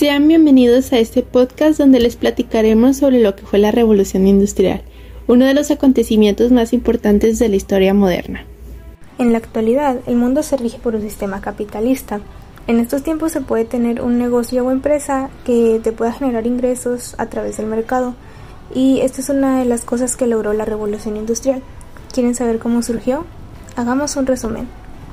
Sean bienvenidos a este podcast donde les platicaremos sobre lo que fue la Revolución Industrial, uno de los acontecimientos más importantes de la historia moderna. En la actualidad, el mundo se rige por un sistema capitalista. En estos tiempos se puede tener un negocio o empresa que te pueda generar ingresos a través del mercado, y esta es una de las cosas que logró la Revolución Industrial. ¿Quieren saber cómo surgió? Hagamos un resumen.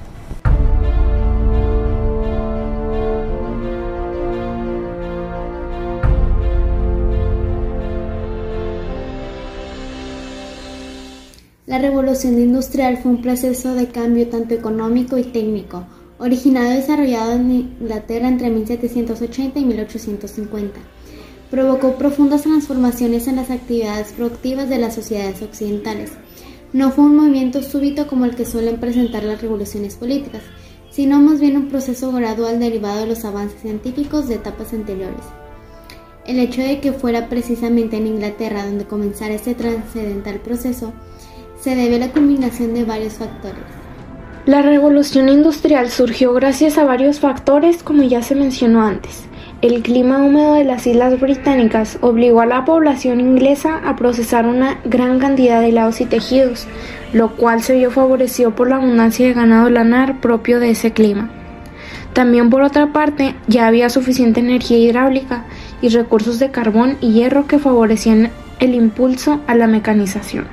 La Revolución Industrial fue un proceso de cambio tanto económico y técnico, originado y desarrollado en Inglaterra entre 1780 y 1850. Provocó profundas transformaciones en las actividades productivas de las sociedades occidentales. No fue un movimiento súbito como el que suelen presentar las revoluciones políticas, sino más bien un proceso gradual derivado de los avances científicos de etapas anteriores. El hecho de que fuera precisamente en Inglaterra donde comenzara este trascendental proceso se debe a la combinación de varios factores. La revolución industrial surgió gracias a varios factores, como ya se mencionó antes. El clima húmedo de las Islas Británicas obligó a la población inglesa a procesar una gran cantidad de hilados y tejidos, lo cual se vio favorecido por la abundancia de ganado lanar propio de ese clima. También, por otra parte, ya había suficiente energía hidráulica y recursos de carbón y hierro que favorecían el impulso a la mecanización.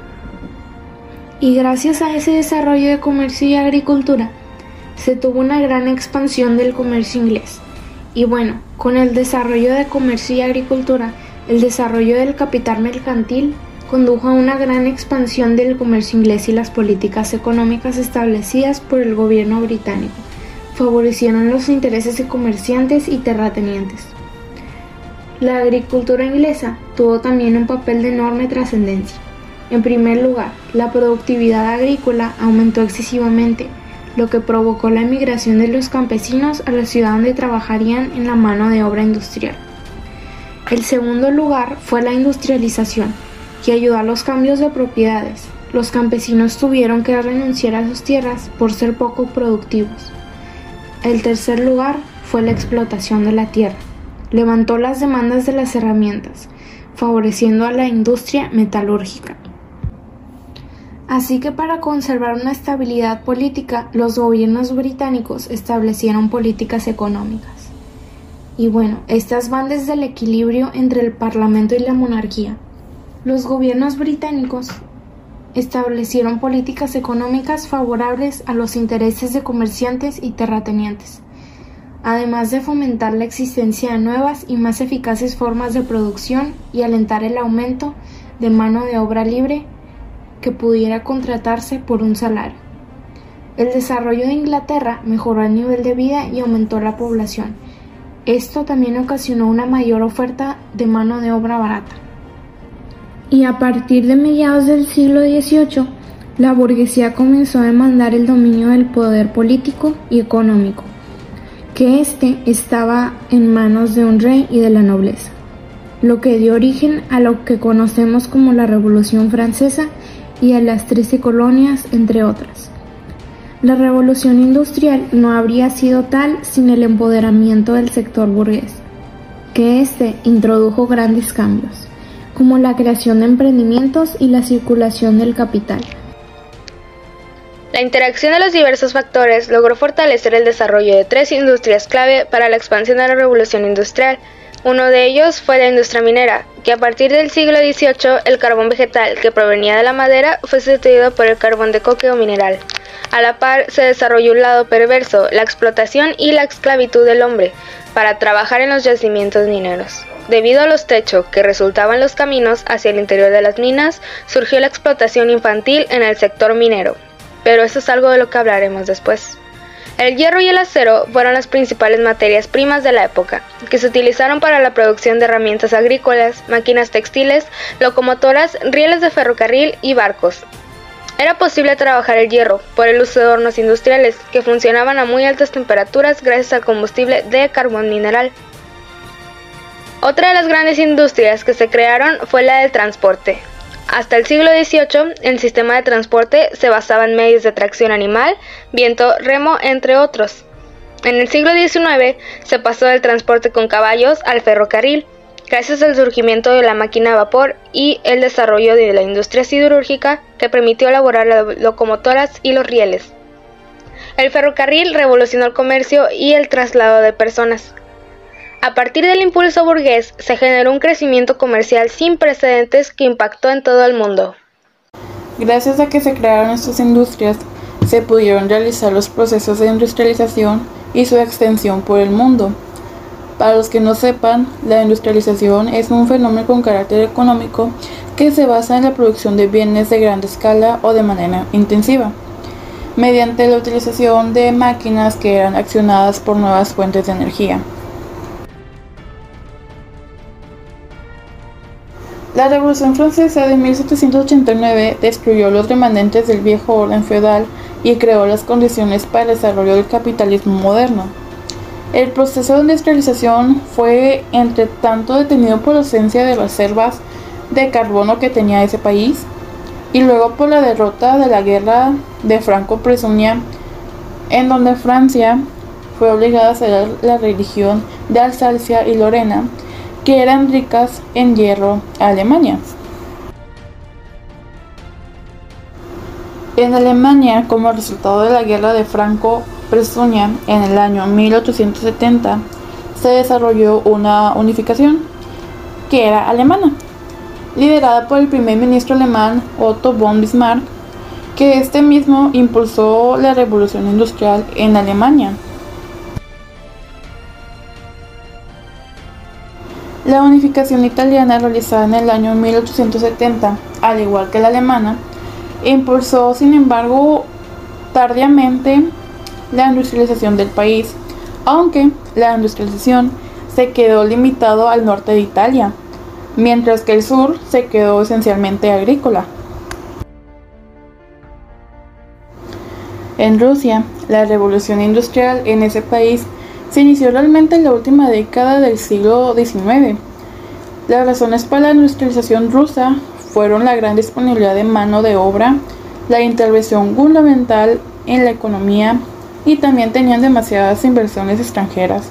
Y gracias a ese desarrollo de comercio y agricultura, se tuvo una gran expansión del comercio inglés. Y bueno, con el desarrollo de comercio y agricultura, el desarrollo del capital mercantil condujo a una gran expansión del comercio inglés, y las políticas económicas establecidas por el gobierno británico favorecieron los intereses de comerciantes y terratenientes. La agricultura inglesa tuvo también un papel de enorme trascendencia. En primer lugar, la productividad agrícola aumentó excesivamente, lo que provocó la emigración de los campesinos a la ciudad donde trabajarían en la mano de obra industrial. El segundo lugar fue la industrialización, que ayudó a los cambios de propiedades. Los campesinos tuvieron que renunciar a sus tierras por ser poco productivos. El tercer lugar fue la explotación de la tierra. Levantó las demandas de las herramientas, favoreciendo a la industria metalúrgica. Así que para conservar una estabilidad política, los gobiernos británicos establecieron políticas económicas. Y bueno, estas van desde el equilibrio entre el parlamento y la monarquía. Los gobiernos británicos establecieron políticas económicas favorables a los intereses de comerciantes y terratenientes, además de fomentar la existencia de nuevas y más eficaces formas de producción y alentar el aumento de mano de obra libre que pudiera contratarse por un salario. El desarrollo de Inglaterra mejoró el nivel de vida y aumentó la población. Esto también ocasionó una mayor oferta de mano de obra barata. Y a partir de mediados del siglo XVIII, la burguesía comenzó a demandar el dominio del poder político y económico, que estaba en manos de un rey y de la nobleza, lo que dio origen a lo que conocemos como la Revolución Francesa y a las 13 colonias, entre otras. La revolución industrial no habría sido tal sin el empoderamiento del sector burgués, que introdujo grandes cambios, como la creación de emprendimientos y la circulación del capital. La interacción de los diversos factores logró fortalecer el desarrollo de tres industrias clave para la expansión de la revolución industrial. Uno de ellos fue la industria minera, que a partir del siglo XVIII el carbón vegetal que provenía de la madera fue sustituido por el carbón de coque o mineral. A la par se desarrolló un lado perverso, la explotación y la esclavitud del hombre, para trabajar en los yacimientos mineros. Debido a los techos que resultaban los caminos hacia el interior de las minas, surgió la explotación infantil en el sector minero. Pero eso es algo de lo que hablaremos después. El hierro y el acero fueron las principales materias primas de la época, que se utilizaron para la producción de herramientas agrícolas, máquinas textiles, locomotoras, rieles de ferrocarril y barcos. Era posible trabajar el hierro por el uso de hornos industriales que funcionaban a muy altas temperaturas gracias al combustible de carbón mineral. Otra de las grandes industrias que se crearon fue la del transporte. Hasta el siglo XVIII, el sistema de transporte se basaba en medios de tracción animal, viento, remo, entre otros. En el siglo XIX se pasó del transporte con caballos al ferrocarril, gracias al surgimiento de la máquina a vapor y el desarrollo de la industria siderúrgica que permitió elaborar las locomotoras y los rieles. El ferrocarril revolucionó el comercio y el traslado de personas. A partir del impulso burgués se generó un crecimiento comercial sin precedentes que impactó en todo el mundo. Gracias a que se crearon estas industrias, se pudieron realizar los procesos de industrialización y su extensión por el mundo. Para los que no sepan, la industrialización es un fenómeno con carácter económico que se basa en la producción de bienes de gran escala o de manera intensiva, mediante la utilización de máquinas que eran accionadas por nuevas fuentes de energía. La Revolución Francesa de 1789 destruyó los remanentes del viejo orden feudal y creó las condiciones para el desarrollo del capitalismo moderno. El proceso de industrialización fue entre tanto detenido por la ausencia de reservas de carbono que tenía ese país y luego por la derrota de la guerra de Franco-Prusia, en donde Francia fue obligada a ceder la región de Alsacia y Lorena, que eran ricas en hierro, a Alemania. En Alemania, como resultado de la guerra de Franco-Prusia en el año 1870, se desarrolló una unificación, que era alemana, liderada por el primer ministro alemán Otto von Bismarck, que este mismo impulsó la revolución industrial en Alemania. La unificación italiana, realizada en el año 1870, al igual que la alemana, impulsó, sin embargo, tardíamente la industrialización del país, aunque la industrialización se quedó limitado al norte de Italia, mientras que el sur se quedó esencialmente agrícola. En Rusia, la revolución industrial en ese país se inició realmente en la última década del siglo XIX. Las razones para la industrialización rusa fueron la gran disponibilidad de mano de obra, la intervención gubernamental en la economía y también tenían demasiadas inversiones extranjeras.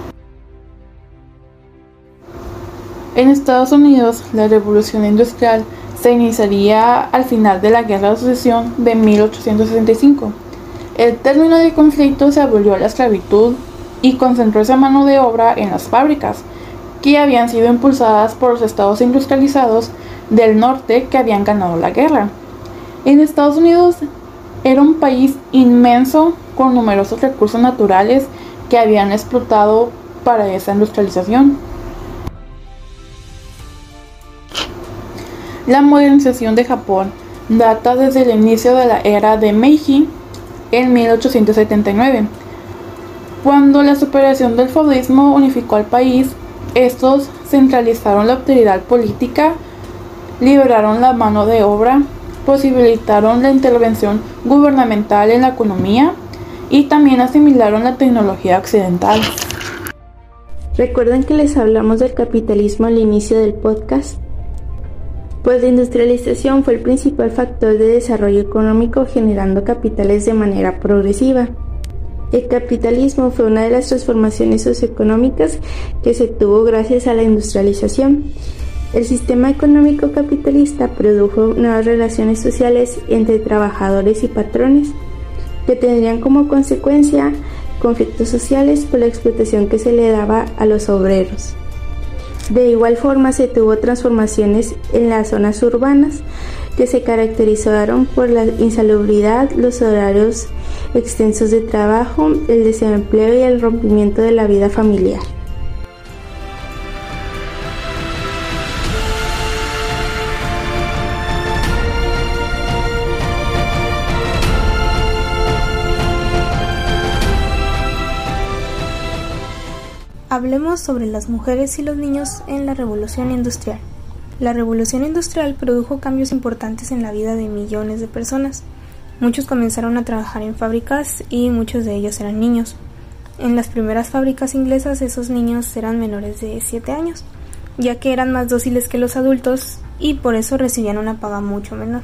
En Estados Unidos, la revolución industrial se iniciaría al final de la Guerra de Sucesión de 1865. El término de conflicto se abolió a la esclavitud y concentró esa mano de obra en las fábricas, que habían sido impulsadas por los estados industrializados del norte que habían ganado la guerra. En Estados Unidos era un país inmenso con numerosos recursos naturales que habían explotado para esa industrialización. La modernización de Japón data desde el inicio de la era de Meiji en 1879. Cuando la superación del feudalismo unificó al país, estos centralizaron la autoridad política, liberaron la mano de obra, posibilitaron la intervención gubernamental en la economía y también asimilaron la tecnología occidental. ¿Recuerdan que les hablamos del capitalismo al inicio del podcast? Pues la industrialización fue el principal factor de desarrollo económico, generando capitales de manera progresiva. El capitalismo fue una de las transformaciones socioeconómicas que se tuvo gracias a la industrialización. El sistema económico capitalista produjo nuevas relaciones sociales entre trabajadores y patrones, que tendrían como consecuencia conflictos sociales por la explotación que se le daba a los obreros. De igual forma se tuvo transformaciones en las zonas urbanas, que se caracterizaron por la insalubridad, los horarios extensos de trabajo, el desempleo y el rompimiento de la vida familiar. Hablemos sobre las mujeres y los niños en la Revolución Industrial. La Revolución Industrial produjo cambios importantes en la vida de millones de personas. Muchos comenzaron a trabajar en fábricas y muchos de ellos eran niños. En las primeras fábricas inglesas esos niños eran menores de 7 años, ya que eran más dóciles que los adultos y por eso recibían una paga mucho menor.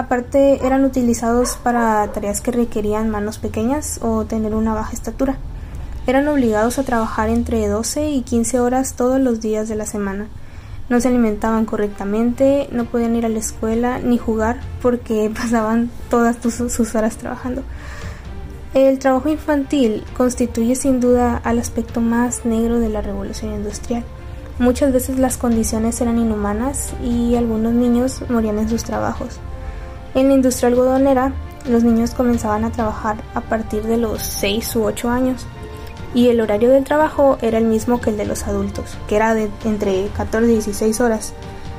Aparte eran utilizados para tareas que requerían manos pequeñas o tener una baja estatura. Eran obligados a trabajar entre 12 y 15 horas todos los días de la semana. No se alimentaban correctamente, no podían ir a la escuela ni jugar porque pasaban todas sus horas trabajando. El trabajo infantil constituye sin duda al aspecto más negro de la revolución industrial. Muchas veces las condiciones eran inhumanas y algunos niños morían en sus trabajos. En la industria algodonera, los niños comenzaban a trabajar a partir de los 6 u 8 años y el horario del trabajo era el mismo que el de los adultos, que era de entre 14 y 16 horas.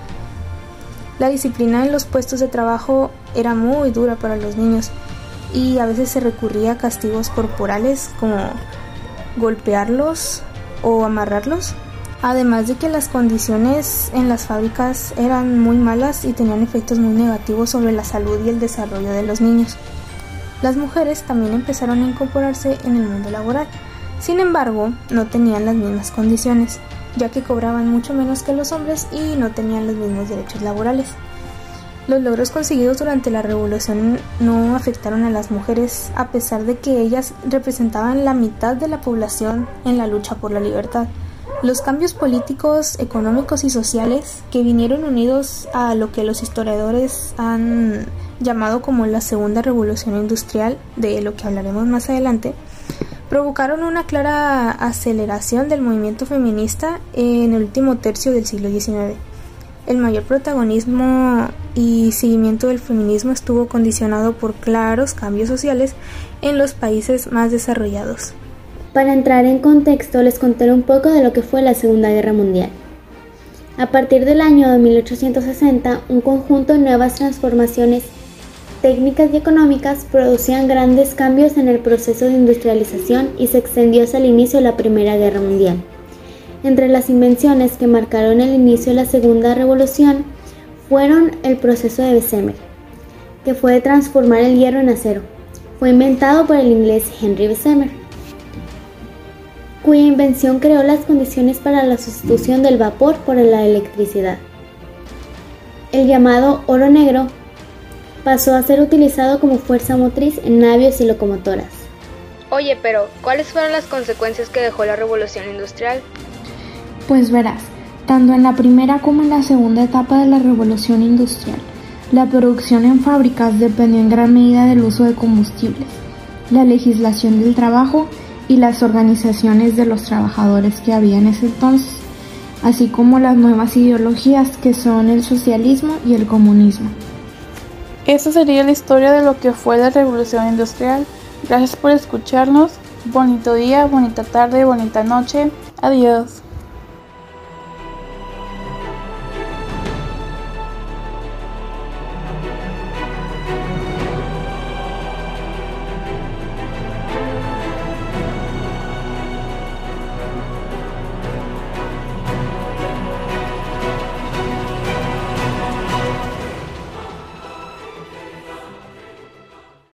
La disciplina en los puestos de trabajo era muy dura para los niños y a veces se recurría a castigos corporales como golpearlos o amarrarlos, además de que las condiciones en las fábricas eran muy malas y tenían efectos muy negativos sobre la salud y el desarrollo de los niños. Las mujeres también empezaron a incorporarse en el mundo laboral. Sin embargo, no tenían las mismas condiciones, ya que cobraban mucho menos que los hombres y no tenían los mismos derechos laborales. Los logros conseguidos durante la revolución no afectaron a las mujeres, a pesar de que ellas representaban la mitad de la población en la lucha por la libertad. Los cambios políticos, económicos y sociales que vinieron unidos a lo que los historiadores han llamado como la segunda revolución industrial, de lo que hablaremos más adelante, provocaron una clara aceleración del movimiento feminista en el último tercio del siglo XIX. El mayor protagonismo y seguimiento del feminismo estuvo condicionado por claros cambios sociales en los países más desarrollados. Para entrar en contexto, les contaré un poco de lo que fue la Segunda Guerra Mundial. A partir del año de 1860, un conjunto de nuevas transformaciones técnicas y económicas producían grandes cambios en el proceso de industrialización y se extendió hasta el inicio de la Primera Guerra Mundial. Entre las invenciones que marcaron el inicio de la Segunda Revolución fueron el proceso de Bessemer, que fue de transformar el hierro en acero. Fue inventado por el inglés Henry Bessemer, cuya invención creó las condiciones para la sustitución del vapor por la electricidad. El llamado oro negro pasó a ser utilizado como fuerza motriz en navíos y locomotoras. Oye, pero ¿cuáles fueron las consecuencias que dejó la revolución industrial? Pues verás, tanto en la primera como en la segunda etapa de la revolución industrial, la producción en fábricas dependió en gran medida del uso de combustibles, la legislación del trabajo y las organizaciones de los trabajadores que había en ese entonces, así como las nuevas ideologías que son el socialismo y el comunismo. Esa sería la historia de lo que fue la revolución industrial. Gracias por escucharnos. Bonito día, bonita tarde, bonita noche. Adiós.